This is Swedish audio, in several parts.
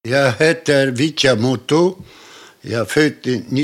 Jag heter Vitja Mutu. Jag är född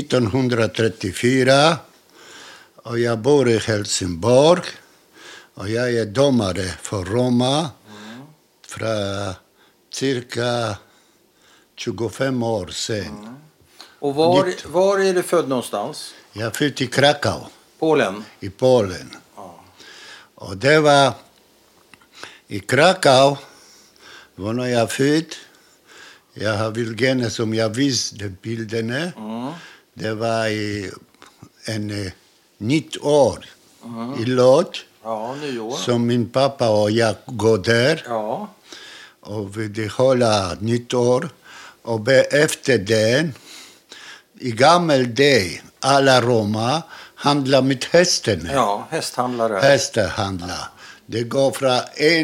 1934 och jag bor i Helsingborg. Och jag är domare för Roma från cirka 25 år sedan. Och var är du född någonstans? Jag är född i Krakow. Polen? I Polen. Ja. Och det var i Krakow, var när jag född. Jag har bilderna som jag visade bilderna. Det var i en nytt år i Lodz. Ja, nyår. Som min pappa och jag går där. Ja. Och vi håller nytt år. Och efter den, i gammal dag, alla Roma handlar med hästen. Ja, hästhandlare. Hästhandlar. Det går från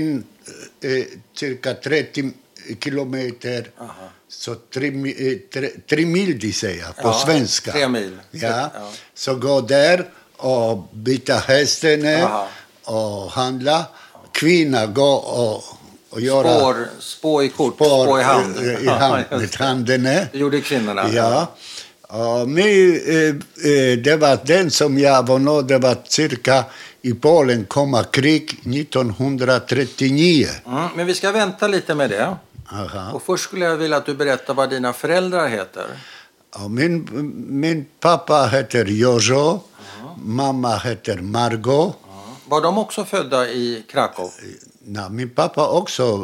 cirka 30 kilometer. Aha. Så 3 mil, de säger på svenska. 3 mil. Ja. Så gå där och byta hästen och handla. Kvinna går och göra... Spå i kort, spå i hand. I hand med handen. Det gjorde kvinnorna. Ja. Och det var den som jag var nå, det var cirka i Polen komma krig 1939. Men vi ska vänta lite med det. Aha. Och först skulle jag vilja att du berättar vad dina föräldrar heter. Och min pappa heter Jojo, mamma heter Margot. Var de också födda i Krakow? Nej, min pappa också.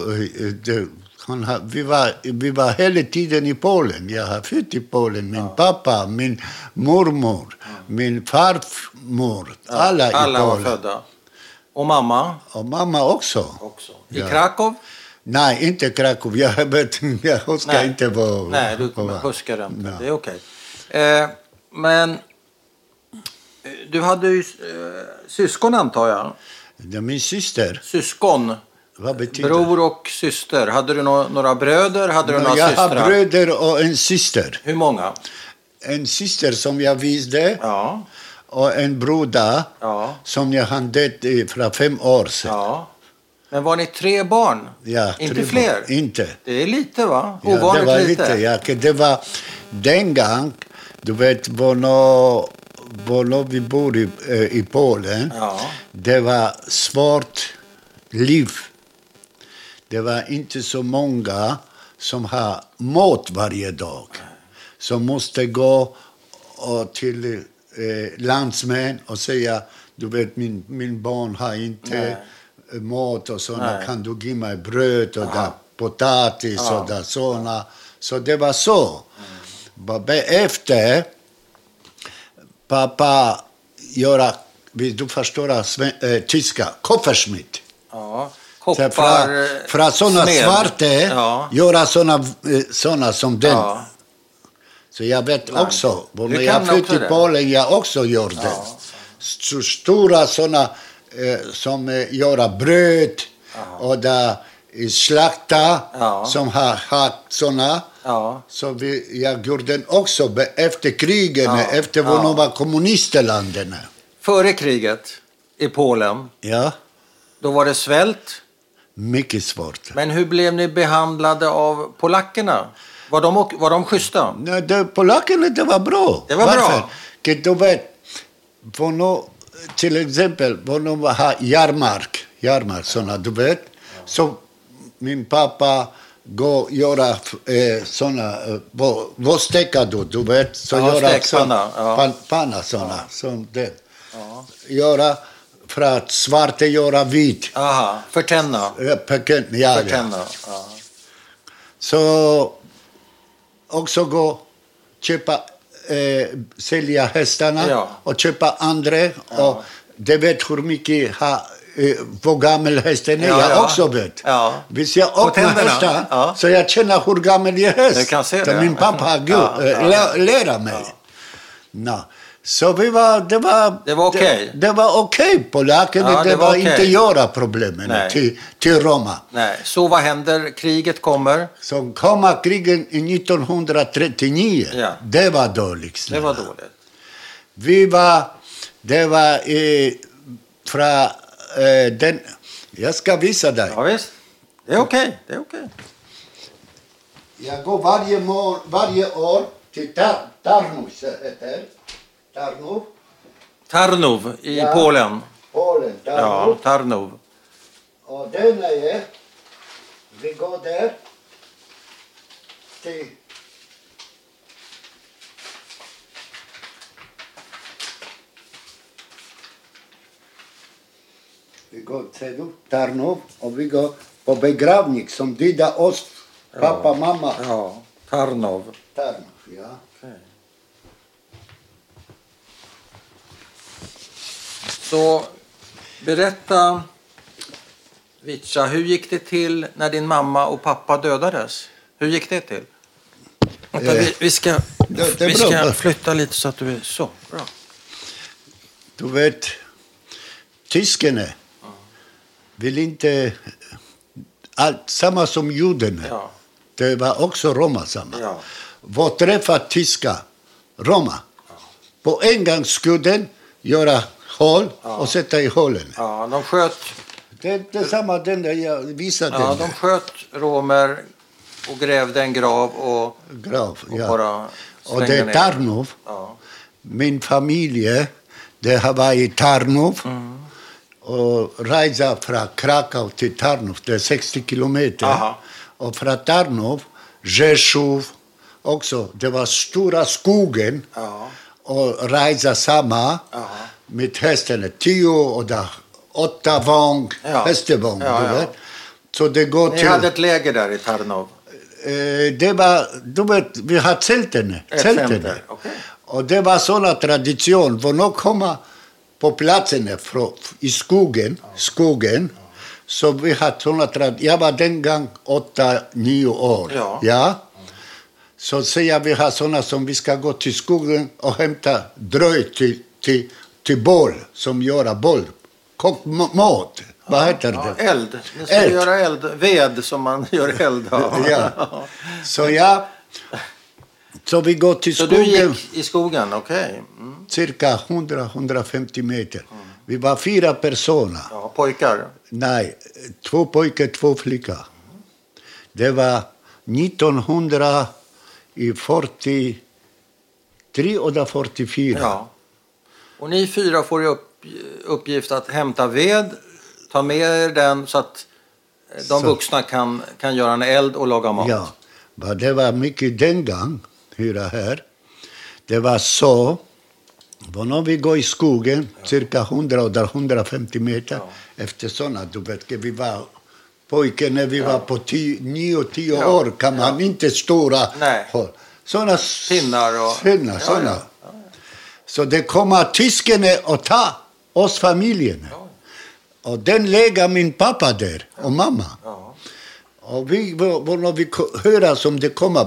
Vi var hela tiden i Polen. Jag har född i Polen. Min pappa, min mormor, min farmor. Alla i Polen. Alla var födda. Och mamma? Och mamma också. I Krakow? Nej, inte Krakow. Jag huskar inte vad... Nej, du huskar inte. Nej. Det är okej. Men du hade ju syskon, antar jag? Det är min syster. Syskon? Vad betyder bror och syster. Hade du några bröder? Hade du några jag systrar? Jag har bröder och en syster. Hur många? En syster som jag visste. Ja. Och en broder som jag hade för 5 år sedan. Ja. Men var ni 3 barn? Ja, inte fler? Barn. Inte. Det är lite, va? Ovanligt ja, det var lite. Ja, det var den gång, du vet, när vi bor i Polen. Ja. Det var svårt liv. Det var inte så många som har mat varje dag. Som måste gå till landsmän och säga, du vet, min barn har inte mat och sådana. Kan du ge mig bröd och potatis och där, sådana. Så det var så. Efter pappa göra, du förstår tyska, koppersmitt. Ja. Från sådana svarta göra sådana som den. Ja. Så jag vet också, när jag flyttade till Polen, jag också gjorde det. Så stora sådana som göra bröd och där slakta som har sådana. Så jag gjorde den också efter krigen, efter vad de var kommunisterländerna. Före kriget i Polen, då var det svält. Mycket svårt. Men hur blev ni behandlade av polackerna? Var de schyssta? Nej, polackerna, det var bra. Det var bra? Du vet, till exempel, när de har jarmark sådana, du vet. Så min pappa går och göra sådana, vad stekar du vet. Så göra panna sådana, som det. Göra för att svarta göra vit. Aha, förtänna. Förtänna. Så också gå köpa, sälja hästarna och köpa andra. Och det vet hur mycket vad gammal hästen är. Jag också vet. Hvis jag öppnar hästar så jag känner hur gammal jag är häst. Jag kan se det. Min pappa har lärt mig. Så det var okej. Det var okej. Polackerna, det var inte göra problemen till Roma. Nej. Så vad händer? Kriget kommer? Så kommer kriget i 1939. Ja. Det var dåligt. Det var dåligt. Det var från den... Jag ska visa dig. Ja, visst. Det är okej. Jag går varje år till Tarnów, heter Tarnów. Tarnów i Polen. Polen, Tarnów. Ja, Tarnów. Och där nere, vi går där till vi går till Tarnów och vi går på begravning som dida oss, pappa, mamma. Ja, Tarnów. Tarnów, ja. Okay. Så berätta, Vitcha, hur gick det till när din mamma och pappa dödades? Hur gick det till? Vänta, vi ska flytta lite så att du är så bra. Du vet, tyskarna vill inte samma som judarna. Ja. Det var också Roma samma. Ja. Vad träffar tyska Roma? Ja. På en gång skulle göra hål och sätta i hålen. Ja, de sköt. Det är samma den där jag visade. Ja, de sköt romer och grävde en grav och bara och det är Tarnów. Ja. Min familj, det har varit i Tarnów. Och resa från Krakow till Tarnów, det är 60 kilometer. Aha. Och från Tarnów, Rzeszów också. Det var stora skogen. Aha. Och resa samma med hästarna. 10 och 8 vagn, hästvagn. Så det går Ni hade ett läger där i Tarnów? Det var, du vet, vi har tälten. Okay. Och det var såna tradition. För att komma på platsen i skogen. Så vi hade såna tradition. Jag var den gång 8-9 år. Ja. Så säger vi har såna som vi ska gå till skogen och hämta dröj till boll, som gör boll. Kokt mat. Vad heter det? Eld. Ni ska göra eld. Ved som man gör eld av. Ja. Så vi går till skogen. Så du gick i skogen, okej. Cirka 100-150 meter. Vi var 4 personer. Ja, pojkar? Nej, 2 pojkar, 2 flickor. Det var 1943 och 44. Ja. Och ni 4 får ju uppgift att hämta ved, ta med er den så att de vuxna kan göra en eld och laga mat. Ja, men det var mycket den gången, här. Det var så, när vi går i skogen, cirka 100-150 meter, efter sådana, du vet, vi var pojkar när vi var på 9-10 år, kan man inte stora håll. Sådana pinnar och sådana. Så det kommer tyskarna och ta oss familjen. Och den lägger min pappa där och mamma. Och när vi hör som det kommer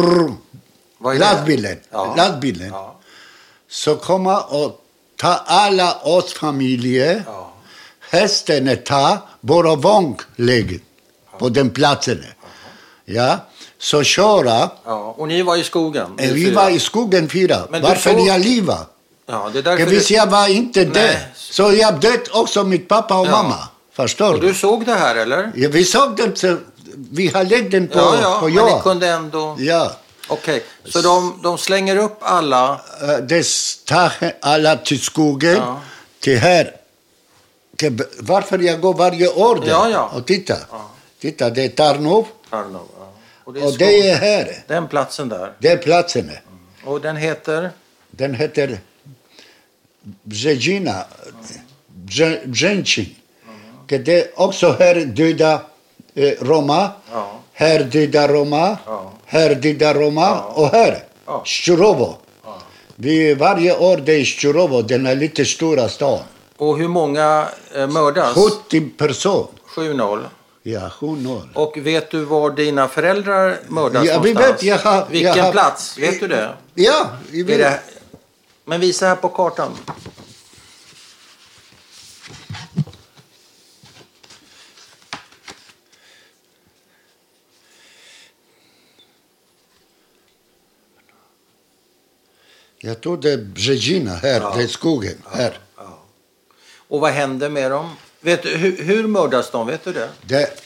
lastbilen. Så kommer och ta alla oss familjer. Hästen tar bara vånglägg på den platsen. Ja. Så köra. Ja, och ni var i skogen? Vi var i skogen 4. Varför jag lever? Ja, det är därför Hvis jag var inte där, så jag död också mitt pappa och mamma. Förstår du? Och du såg det här, eller? Ja, vi såg den. Så vi har lagt den på men ni kunde ändå... Ja. Okej, så de slänger upp alla... De tar alla till skogen, till här. Varför jag går varje år där och titta. Titta, det är Tarnów. Och det är här. Den platsen där. Det är platsen. Och den heter? Den heter Brzezina. Brzęcin. Det är också här döda Roma. Här döda Roma. Här döda Roma. Och här. Szczurowo. Varje år det är Szczurowo. Den är lite stora stan. Och hur många mördas? 70 personer. 7-0. Ja, 7-0. Och vet du var dina föräldrar mördas någonstans? Vi vet, vilken plats? Vet du det? Ja, vi vet det. Men visa här på kartan. Jag tror det är Brzezina här, det är skogen här. Och vad händer med dem? Vet du, hur mördas de? Vet du det?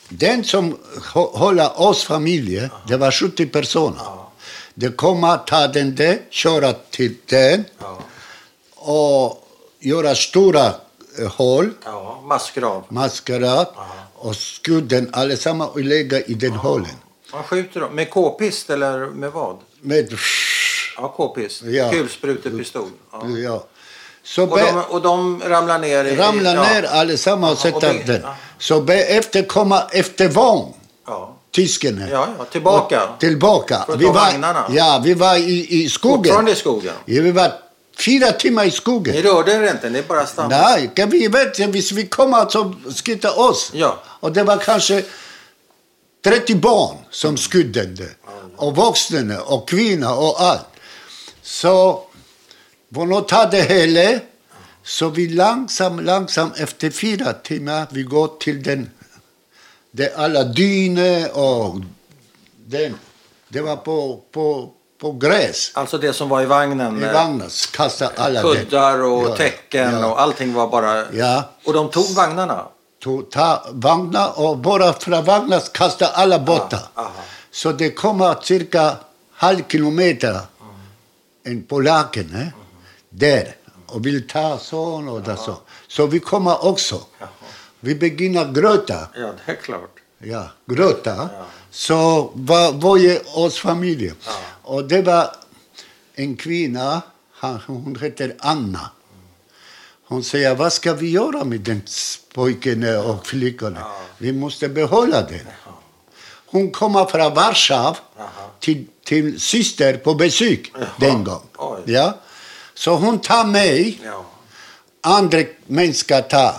den som håller oss familjer, det var 70 personer. De kommer ta den där, köra till den och göra stora hål. Ja, maskerad. Och skudden allesammans och lägga i den hålen. Man skjuter dem med k-pist eller med vad? Med k-pist. Kulsprutepistol. Ja. Så och de ramlar ner ner allesammans och sätter den. Så efter komma efter vagn. Tyskarna. Ja, tillbaka. Vi var i skogen. Fortfarande i skogen? Ja, vi var 4 timmar i skogen. Ni rörde er inte, ni bara stannade? Nej, vi vet, hvis vi kommer så skyddade oss. Ja. Och det var kanske 30 barn som skydde. Och vuxna och kvinnor och allt. Så på något hade hela. Så vi långsamt efter 4 timmar vi går till den. Det alla dyner och den. Det var på gräs. Alltså det som var i vagnen? I vagnen kastade alla kuddar och täcken och allting var bara... Ja. Och de tog vagnarna? Ta vagnar och bara från vagnar kastade alla borta. Så det kommer cirka halv kilometer en polaken där och vill ta sån och det så. Så vi kommer också. Vi begynner gröta. Ja, det är klart. Ja, gröta. Så var ju oss familj. Och det var en kvinna, hon heter Anna. Hon säger, vad ska vi göra med den pojken och flickorna? Vi måste behålla den. Hon kommer från Warszawa till syster på besök den gången. Ja. Så hon tar mig. Andra människor tar.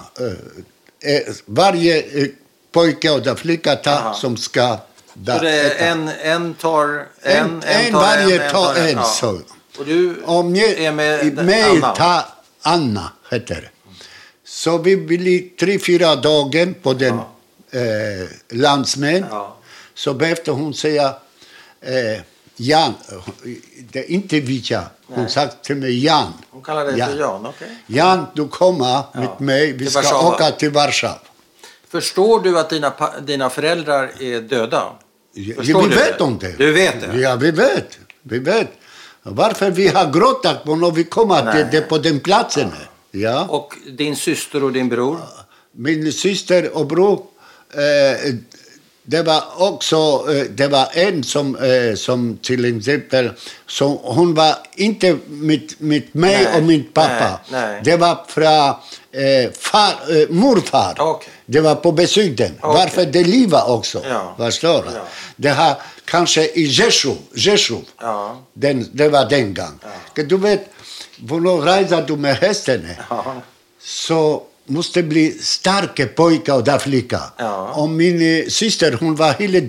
Varje pojke och flicka tar som ska. Så det är en tar en varje tar en. Så. Och du är med mig tar Anna heter det. Så vi blir 3-4 dagar på den landsmän. Så behövde hon säga Jan, det är inte Vitja. Hon sagt till mig Jan. Hon kallar dig för Jan, okej. Jan, du kommer med mig. Vi ska åka till Warszawa. Förstår du att dina föräldrar är döda? Vi vet om det. Du vet det? Ja, vi vet. Varför vi har gråtat när vi kommer på den platsen. Ja. Och din syster och din bror? Min syster och bror, det var en som till exempel, som hon var inte med mig och min pappa. Nej. Det var från morfar. Okay. Det var på besöken. Okay. Varför det livet också. Förstår du? Det har kanske i Rzeszów. Det var den gången. Du vet, när reser du med hästen så måste bli starka pojkar och där flicka. Och min syster, hon var helt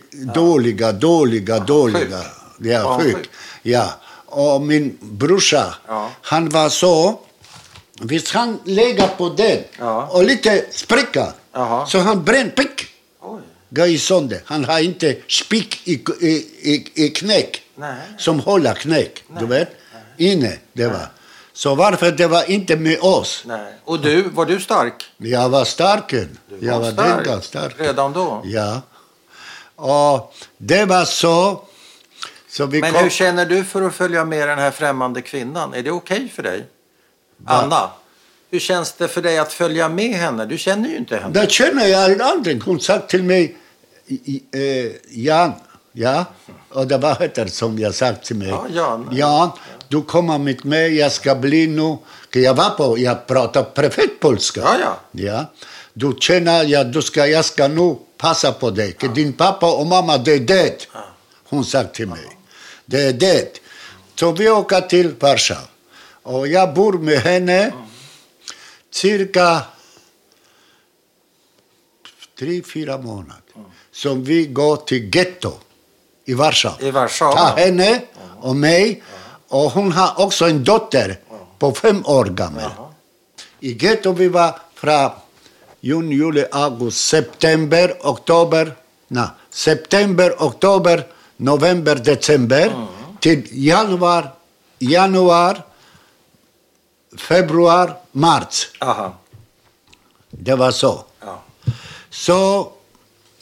dåliga. Ja, sjuk. Ja. Och min brorsa, han var så, visst han lägger på den och lite spricka. Så han bränner pick. Går i sönder. Han har inte spick i knäck. Som håller knäck, du vet. Inne, det var. Så varför det var inte med oss? Nej. Och var du stark? Jag var stark. Jag var stark. Redan då? Ja. Och det var så men hur känner du för att följa med den här främmande kvinnan? Är det okej för dig? Anna, hur känns det för dig att följa med henne? Du känner ju inte henne. Det känner jag aldrig. Hon sa till mig, Jan, och det var heter som jag sagt till mig. Jan, du kommer med mig, jag ska bli nu. Jag pratar perfekt polska. Ja. Du känner, jag ska nu passa på dig. Din pappa och mamma, det är det. Hon sa till mig. Det är det. Så vi åker till Warszawa. Och jag bor med henne cirka 3-4 månader. Som vi går till getto i Warszawa. Ta henne och mig. Och hon har också en dotter på 5 år gammal. I getto vi var från juni, juli, augusti, september, oktober, november, december. Till januari, februari, mars. Det var så. Så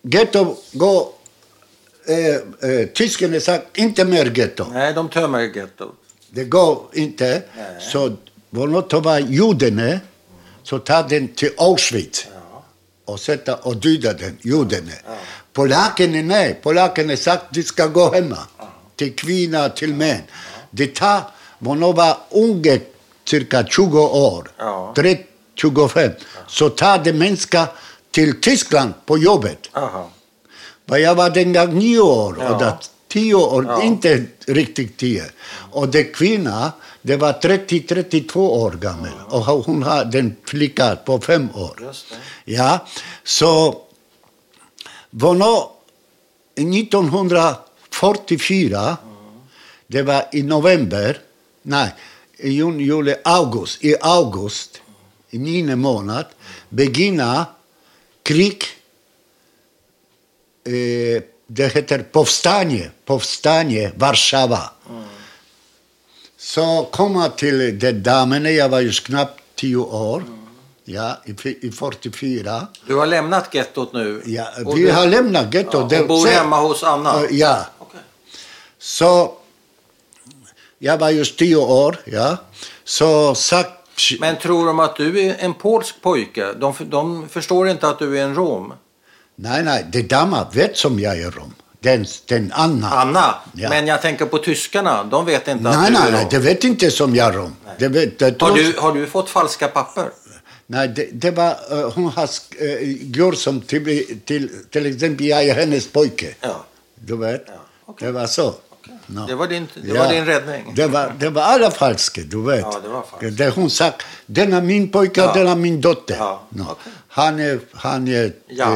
getto går... tyskarna sagt inte mer getto. Nej, de tömmer getto. Det går inte. Nej. Så var var judarna så tar den till Auschwitz. Ja. Och sätta och döda den, judarna. Ja. Polackerna nej. Polackerna sagt att de ska gå hemma. Ja. Till kvinnor, till män. Ja. Det tar, var unga, cirka 20 år. Ja. 25. Ja. Så tar de människor till Tyskland på jobbet. Aha. Jag var den gång 9 år. Ja. Och det 10 år, inte riktigt 10. Och det kvinna, det var 30-32 år gammal. Och hon hade en flicka på 5 år. Just det. Ja, så var nog 1944, det var i november, nej, i juni, juli, august. I august, i 9 månad, begynna krig. Det heter Powstanie Warszawa. Så kom jag till de damerna, jag var ju knappt 10 år. Ja, i 44. Du har lämnat gettot nu? Ja, vi har lämnat gettot. Ja, och bor hemma hos Anna? Ja. Okay. Så jag var just 10 år, ja. Så sagt... Men tror de att du är en polsk pojke? De förstår inte att du är en rom? Nej, det damer vet som jag är rom. Den Anna. Anna? Ja. Men jag tänker på tyskarna. De vet inte att du är rom. Nej, det vet inte som jag är rom. Har du fått falska papper? Nej, det var... hon har gjort som till exempel jag är hennes pojke. Ja. Du vet? Ja. Okay. Det var så. No. Det var din räddning. Det var alla falska, du vet. Ja, det var falskt. Det hon sagt, den är min pojke och den är min dotter. Ja. No. Okay. Han är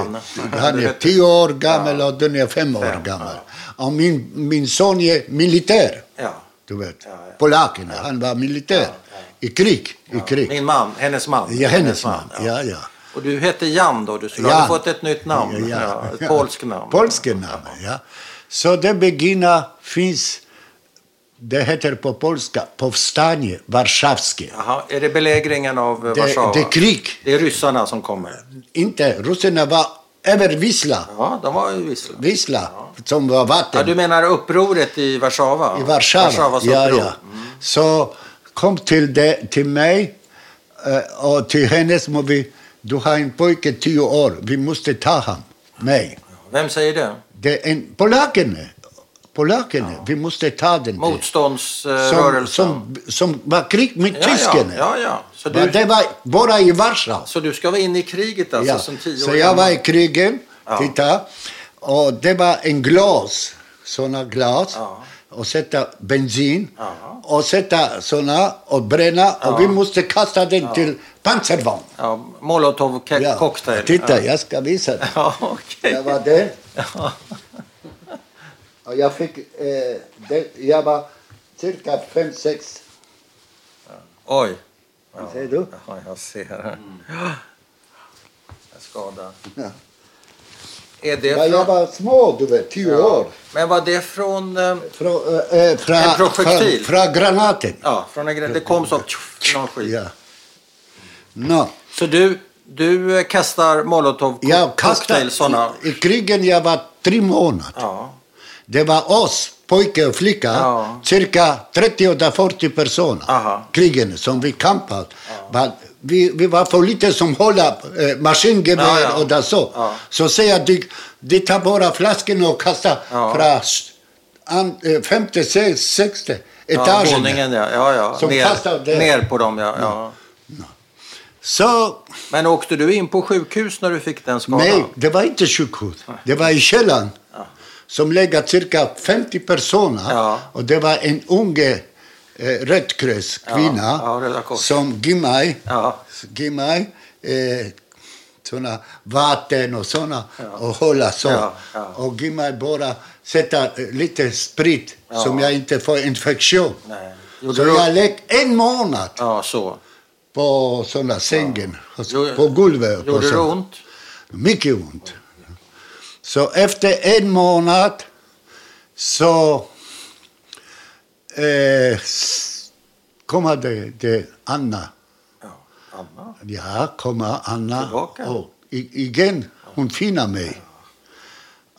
10 år gammal och den är 5 år gammal. Ja. Och min son är militär. Ja. Du vet. Ja. Polackerna, han var militär. Ja. I krig. Hennes man. Ja, hennes man. Ja. Och du hette Jan då? Du skulle ha fått ett nytt namn. Ett polskt namn. Polskt namn, ja. Så det begynnar finns, det heter på polska, Powstanie Warszawskie. Jaha, är det belägringen av Warszawa? Det är krig. Det är ryssarna som kommer? Inte, ryssarna var över Wisla. Ja, de var i Wisla. Som var vatten. Ja, du menar upproret i Warszawa? I Warszawa, ja. Så kom till mig och till hennes du har en pojke 10 år, vi måste ta honom, mig. Vem säger det? Det är Polackerna. Vi måste ta den. Motståndsrörelsen. Som var krig med tyskarna. Ja. Så det var bara i Warszawa. Så du ska vara inne i kriget alltså som 10 år? Så jag var i kriget. Titta. Och det var en glas. Såna glas. Ja. Och sätta bensin. Ja. Och sätta såna och bränna. Ja. Och vi måste kasta den till pansarvagn. Ja, Molotov-cocktail. Ja. Titta, jag ska visa det. Ja, okay. Jag var där. Ja. Och jag fick, jag var cirka 5-6. Oj. Ja. Ser du? Ja, jag ser här. Jag skadar. Ja. Är det jag var små, du vet, 10 år. Men var det från en projektil? Från granaten. Ja, från en granat. Det kom så någon skit. Ja. No. Så du kastar Molotov-cocktail sådana? I krigen jag var 3 månader. Ja. Det var oss, pojke och flicka, cirka 30-40 personer. Krigen som vi kämpade. Ja. Vi var för lite som hålla maskingevär och där så. Ja. Så säger de tar bara flaskan och kastar från 5:e, 6:e etagen. Våningen, ja. Som ner på dem, ja. Så, men åkte du in på sjukhus när du fick den skadan? Nej, det var inte sjukhus. Det var i källaren. Ja. Som lägger cirka 50 personer. Ja. Och det var en unge rödkryss-kvinna som gav mig såna vatten och såna och hålla så. Ja. Och gav mig bara sätta lite sprit som jag inte får infektion. Nej. Så jag låg 1 månad. Ja, så. På såna sängen, på golvet. Gjorde det ont? Mycket ont. Så efter 1 månad så kommer det Anna. Ja, Anna? Ja, kommer Anna. Tillbaka? Och igen, hon finner mig.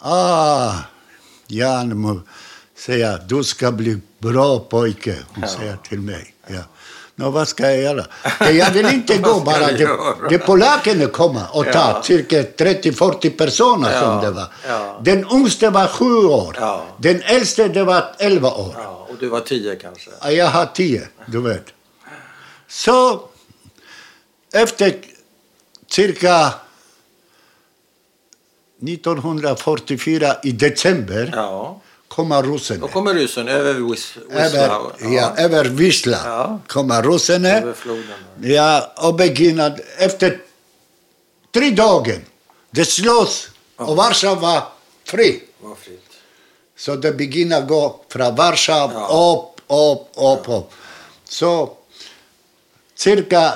Jan säger, du ska bli bra pojke. Hon säger till mig. Ja. Vad ska jag göra? Jag vill inte gå bara. De polakerna kommer och tar cirka 30-40 personer som det var. Ja. Den yngste var 7 år. Ja. Den äldste det var 11 år. Ja, och du var 10 kanske? Ja, jag har 10, du vet. Så efter cirka 1944 i december kommer ryssen. Då kommer ryssen över Wisla. Över Wisla. Ja. Kommer ryssen. Över floden. Ja, och begynner efter 3 dagar. Det slås och Warszawa var fri. Så det begynner gå från Warszawa upp. Så cirka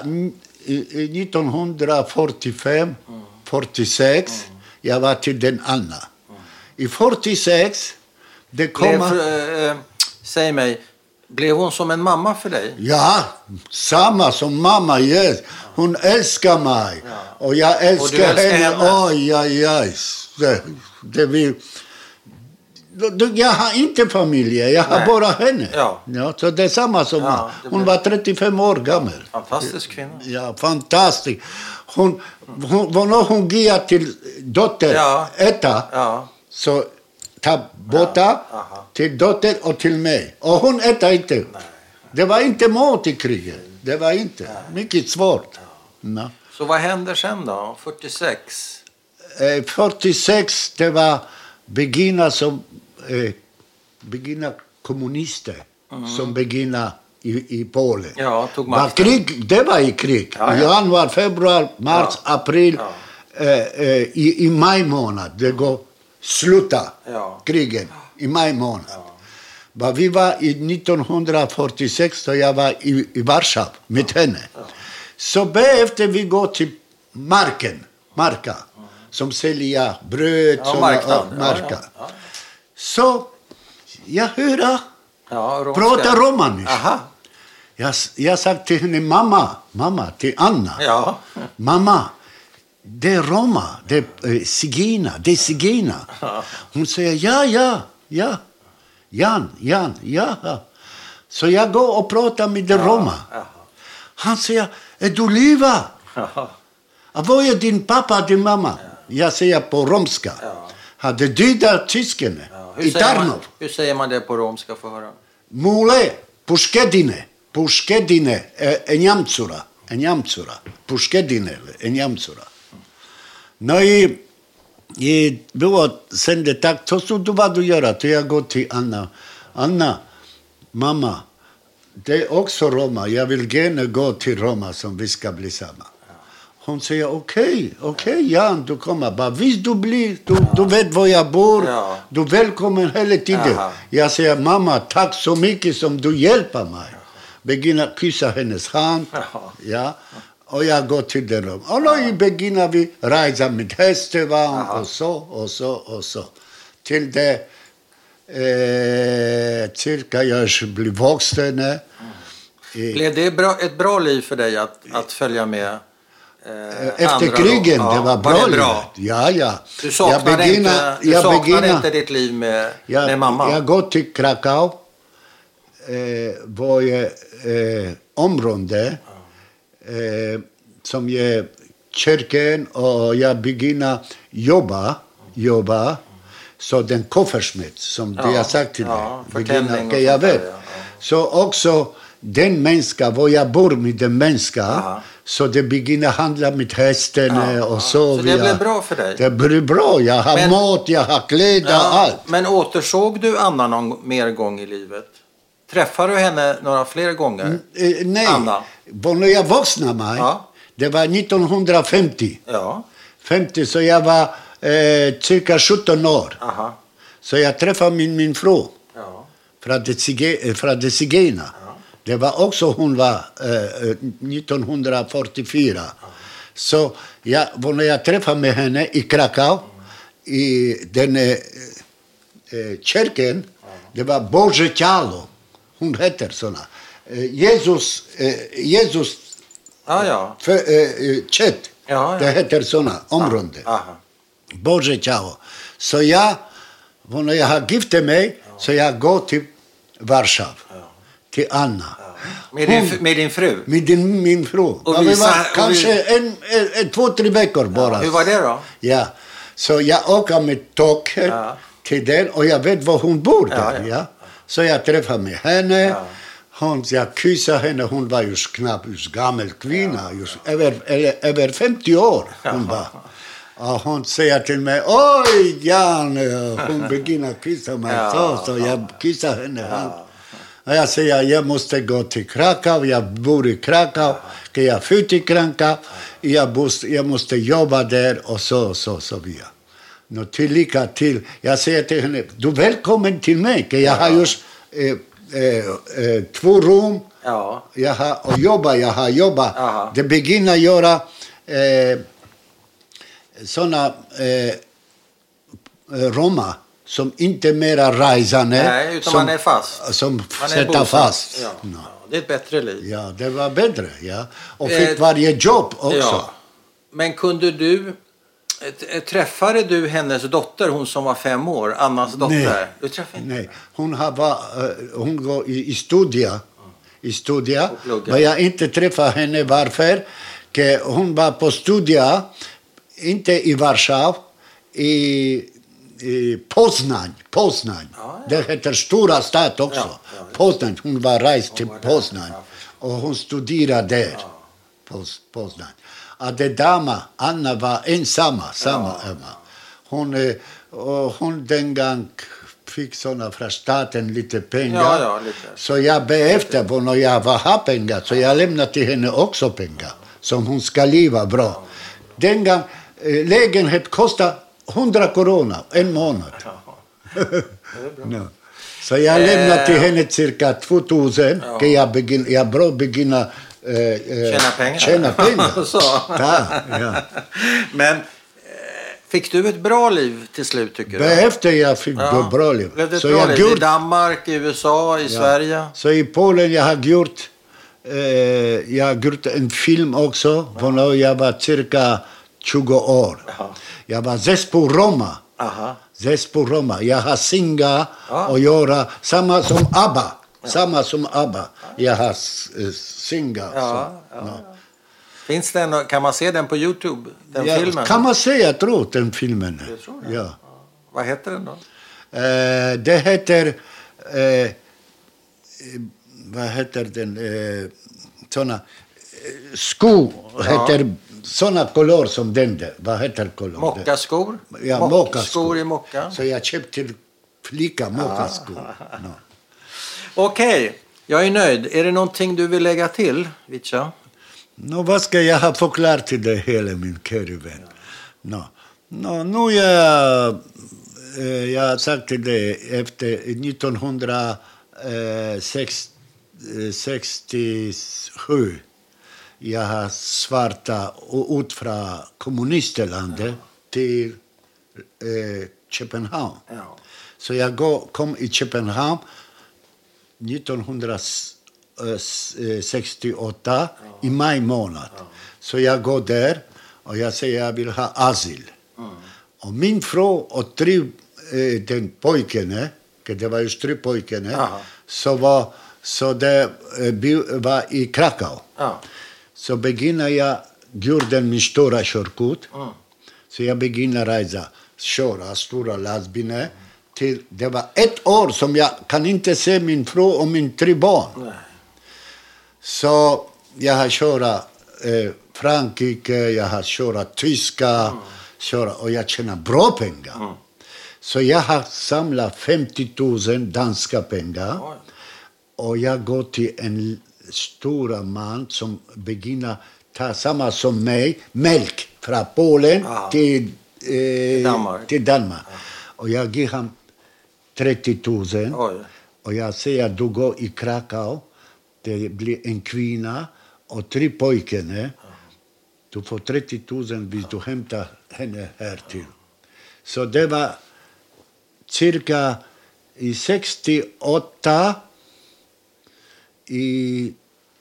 1945-46 jag var till den Anna. I 46 det kommer... säg mig, blev hon som en mamma för dig? Ja, samma som mamma, yes. Hon älskar mig. Ja. Och jag älskar henne. Det vill... Jag har inte familj, jag har bara henne. Ja, så det är samma som mamma. Hon var 35 år gammal. Fantastisk kvinna. Ja, fantastisk. Hon gick till dotter äta. Ja. Så ta båta till dotter och till mig. Och hon äter inte. Nej. Det var inte mat i kriget. Det var inte. Mycket svårt. Ja. Så vad händer sen då? 46? 46 det var begynna kommunister som begynna i Polen. Ja, tog makten. Det var i krig. Januari, februari, mars, april. I maj månad. Det går sluta krigen i maj månad. Vi var i 1946 så jag var i Warszawa med henne. Så efter vi går till Marka som säljer bröd och marka. Så jag hör prata romanisk. Jag sa till henne, mamma, till Anna. Ja. Mamma, det är Roma, det är Sigina. Hon säger, ja. Jan. Så jag går och pratar med Roma. Han säger, är du liva? Vad är din pappa, din mamma? Jag säger på romska. Hade dödat tyskarna i Tarnov. Hur säger man det på romska för höra? Mule, puškedine, enjamcura. Puškedine, enjamcura. No i było sen det tak, co su du göra? To jag går till Anna, mamma, det är också Roma. Jag vill gärna gå till Roma som vi ska bli samma. Hon säger okej, Jan, du kommer. Bara visst du blir, du vet var jag bor. Du är välkommen hela tiden. Jag säger, mamma, tack så mycket som du hjälper mig. Begynner kyssa hennes hand. Och jag går till den rum. Och då begynner vi resa med hästvagn och så. Till det cirka jag blir vuxen. Blev det ett bra liv för dig att följa med? Efter krigen, det var bra. Ja. Du saknade inte ditt liv med mamma? Jag går till Krakow. Var område som är kyrkan och jag begynner jobba så den koffersmet som du har sagt till mig. Jag vet. Så också den människa, var jag bor med den människa, så det begynner handla med hästen och så. Så det blev bra för dig? Det blev bra. Jag har mat, jag har kläder, allt. Men återsåg du Anna någon mer gång i livet? Träffade du henne några fler gånger? Nej. Anna? När jag vuxnade mig, det var 1950. 50, så jag var cirka 17 år. Så jag träffade min fru. Från det Sigena. Det var också, hon var 1944. Så när jag träffade med henne i Krakow, i den kyrkan, det var Boże Ciało. Hon heter såna. Jesus kött. Det heter såna områden. Boże ciało. Så jag har gift mig, så jag går till Warszawa. Till Anna. Med din fru? Med min fru. Vi var kanske 2-3 veckor bara. Hur var det då? Ja. Så jag åker med tåg till den och jag vet var hon bor där. Ja. Så jag träffar med henne. Jag kysser henne. Hon var just knappt gammal kvinna. Just över 50 år hon var. Och hon säger till mig, oj Jan, hon börjar kissa mig. Så jag kissar henne. Och jag säger, jag måste gå till Krakow, jag bor i Krakow, jag är född i Krakow, jag måste jobba där och så vidare. Lycka till. Jag säger till henne, du är välkommen till mig, jag har just 2 rum, jag har jobbat. Det börjar göra sådana Roma som inte mera resande. Nej, utan man är fast. Som sätter fast. Ja. No. Det är ett bättre liv. Ja, det var bättre. Ja. Och fick varje jobb också. Ja. Men kunde du... Träffade du hennes dotter, hon som var 5 år, Annas dotter? Nej. Du träffade inte? Nej. Hon går i studia. Men jag inte träffade henne. Varför? Hon var på studia, inte i Warszawa, i Poznań. Det heter stora stad också. Poznań. Hon var rest till Poznań. Och hon studerade där. Poznań. Att det dama, Anna, var ensamma. Hon den gång fick såna från staten lite pengar. Lite. Så jag behövde, när jag har pengar, så jag lämnade till henne också pengar. Som hon ska leva bra. Den gång lägenhet kostar 100 korona en månad. No. Så jag lämnar till henne cirka 2000. Jag bra begynna tjäna pengar. Så. Ja. Men fick du ett bra liv till slut, tycker du? Behövde jag fick ett bra liv. Blev det ett bra liv? I Danmark, i USA, i Sverige? Så i Polen jag har gjort en film också. När jag var cirka 20 år. Jag var zespół Roma. Jag har singa och göra samma som ABBA. Jag har singa. Finns den, kan man se den på YouTube, filmen? Kan man se, jag tror den filmen. Ja. Vad heter den då? Det heter... vad heter den? Såna... Sko heter... Såna kolor som den där. Vad heter kolor? Mockaskor? Ja, mockaskor. I mocka. Så jag köpte till flicka mockaskor. Okej, jag är nöjd. Är det någonting du vill lägga till, Vicha? Vad ska jag ha förklarat till dig hela min kära vän? Nu jag har sagt till dig efter 1967 jag har svarta ut från kommunistlandet till Köpenhamn. Så jag kom i Köpenhamn 1968 i maj månad. Så jag går där och jag säger jag vill ha asyl. Och min fru och 3 den pojkarna, det var just 3 pojkarna, så det var i Krakow. Så begynner jag gjorde min stora körkort. Så jag begynner resa, köra stora lastbilar. Det var 1 år som jag kan inte se min fru och min 3 barn. Så jag har kört Frankrike, jag har kört Tyska, och jag tjänar bra pengar. Så jag har samlat 50 000 danska pengar. Och jag går till en stora man som begynner ta samma som mig, mjölk från Polen till Danmark. Och jag ger honom 30 000. Och jag säger du går i Krakow, det blir en kvinna och 3 pojkar. Du får 30 000 hvis du hämtar henne här till. Så det var cirka i 68 i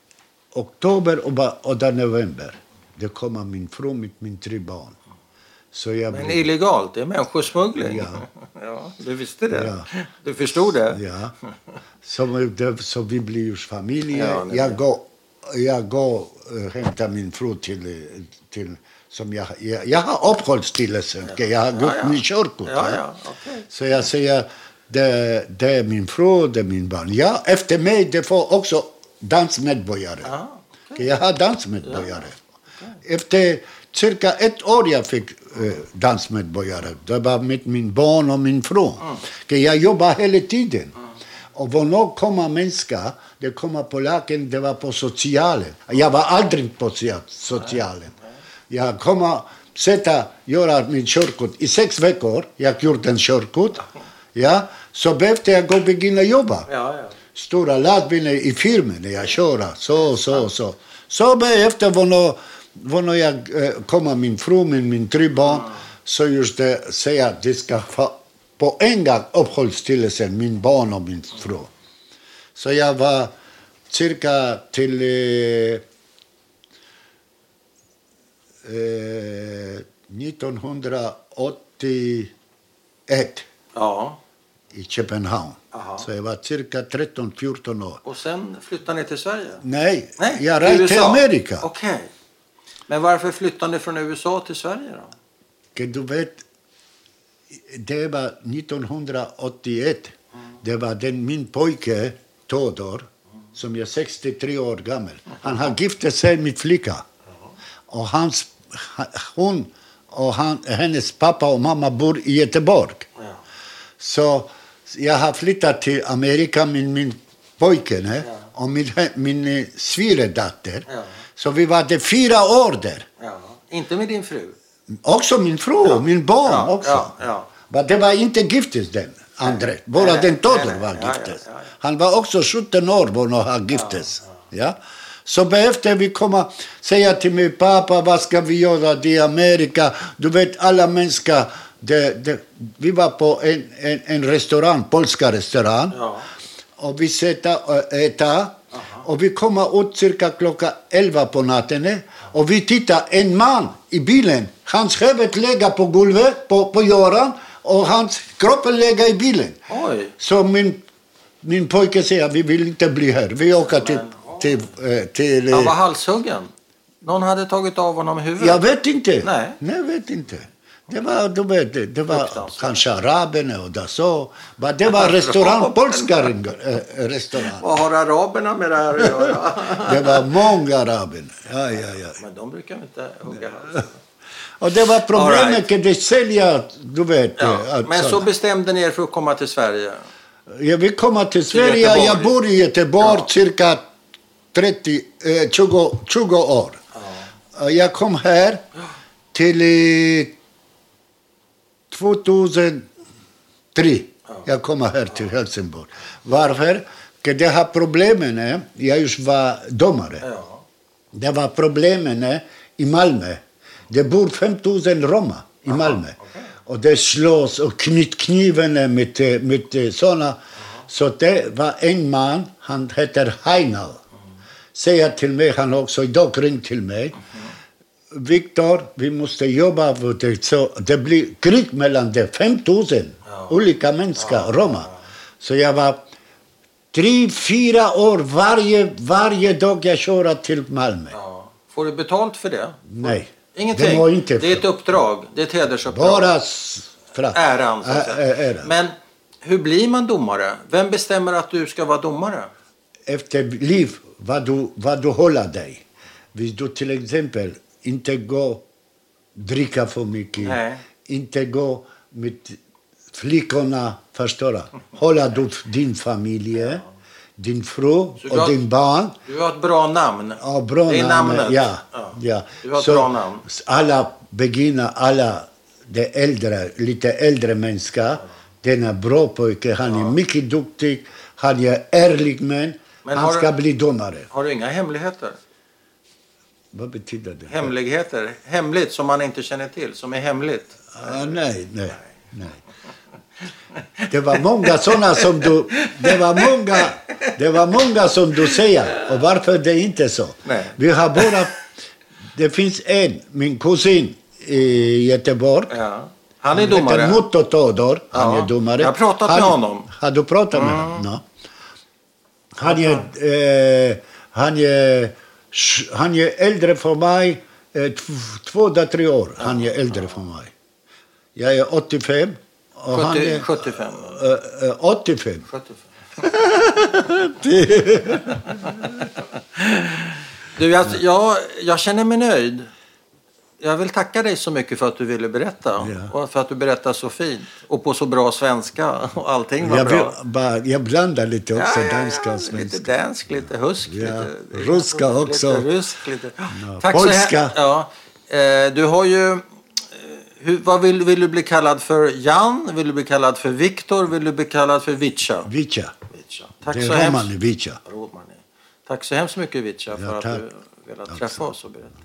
oktober och november. Det kommer min fru med min 3 barn. Men illegalt, det är människosmuggling. Ja. Ja, du visste det. Ja. Du förstod det. Ja. Så vi blir ju familj. Ja, Jag går och hämtar min fru till som jag har uppehållstillstånd. Jag har gått min körkort. Okay. Så jag säger, det är min fru, det är min barn. Ja, efter mig, det får också dansmedborgare. Okay. Jag har dansmedborgare. Okay. Efter cirka 1 år jag fick dansmedborgare. Det var med min barn och min fru. Jag jobbar hela tiden. Och var nog kommer människor, det kommer polacken, det var på socialen. Jag var aldrig på socialen. Jag kommer göra min körkort i 6 veckor. Jag gjorde en körkort. Ja, så behövde jag gå och begynna jobba. Stora lastbilar i firmen, jag kör. Så. Så efter var när jag kommer min fru, min 3 barn, så just det säger att det ska få på en gång uppehållstillstånd, min barn och min fru. Så jag var cirka till 1981 i Köpenhamn. Så jag var cirka 13-14 år. Och sen flyttade ni till Sverige? Nej, jag reste till Amerika. Okej. Men varför flyttade ni från USA till Sverige då? Du vet, det var 1981. Det var min pojke, Todor, som är 63 år gammal. Han har gift sig med flicka. Och hon och hennes pappa och mamma bor i Göteborg. Så jag har flyttat till Amerika med min pojke och min sviredatter. Så vi var det 4 år där. Inte med din fru? Också min fru, min barn också. Men det var inte giftes den andra. Bara den Todor var giftes. Han var också 17 år när han giftes. Ja. Så behövde vi säga till min pappa, vad ska vi göra i Amerika? Du vet, alla människor, vi var på en restaurang, polska restaurang. Och vi satt och äta. Och vi kommer ut cirka klockan 11 på natten. Och vi tittar, en man i bilen. Hans huvud lägger på golvet, på jorden. Och hans kropp lägger i bilen. Oj. Så min pojke säger, vi vill inte bli här. Vi åker till han var halshuggen. Någon hade tagit av honom huvudet. Jag vet inte. Nej, jag vet inte. Det var kanske araberna och det så. Men det var restaurang, polska restaurang. Vad har araberna med det här att göra? Det var många araber. Ja. Men de brukar inte hugga halsen. Och det var problemet att det sälja, du vet. Men så bestämde ni er för att komma till Sverige? Jag vill komma till Sverige. Jag bor i Göteborg cirka 20 år. Jag kom här till 2003. Jag kom här till Helsingborg. Varför? För det här problemen, jag just var domare. Det var problemen i Malmö. Det bor 5000 romar i Malmö. Och det slås och kniven med sådana. Så det var en man, han heter Heinal. Säger till mig, han också idag ringt till mig. Viktor, vi måste jobba för det. Så det blir krig mellan de 5000 olika människor, romar. Så jag var 3-4 år varje dag jag kör till Malmö. Får du betalt för det? Nej. Ingenting. Det är ett uppdrag. Det är ett hedersuppdrag. Bara äran. Men hur blir man domare? Vem bestämmer att du ska vara domare? Efter liv, vad du håller dig. Vill du till exempel inte gå dricka för mycket. Nej. Inte gå med flickorna, förstår. Hålla du din familj, din fru och din barn. Du har ett bra namn. Ja, bra det är namn. namnet. Ja. Du har ett bra namn. Alla de äldre, lite äldre människor, den är bra pojke, han är mycket duktig, han är ärlig men han ska bli domare. Har du inga hemligheter? Vad betyder det? Hemligheter. Hemligt som man inte känner till, som är hemligt. Nej. Det var många sådana som du... Det var många som du säger. Och varför det är inte så? Nej. Vi har bara... Det finns min kusin i Göteborg. Ja. Han är domare. Han heter Mutto Todor. Han är domare. Jag har pratat med honom. Har du pratat med honom? No. Han är äldre för mig. 2-3 år. Han är äldre för mig. Jag är 85. Och 75. 85. 75. Du, jag känner mig nöjd. Jag vill tacka dig så mycket för att du ville berätta. Ja. Och för att du berättar så fint. Och på så bra svenska. Och allting var bra. Jag blandar lite också danska och svenska. Lite dansk, lite husk. Lite ryska också. Lite rysk, lite... Tack polska. Du har ju... Vad vill du bli kallad för? Jan? Vill du bli kallad för Viktor? Vill du bli kallad för Vicha? Vicha. Tack det är så Romani, Vicha. Tack så hemskt mycket, Vicha, för att du velat träffa oss och berätta.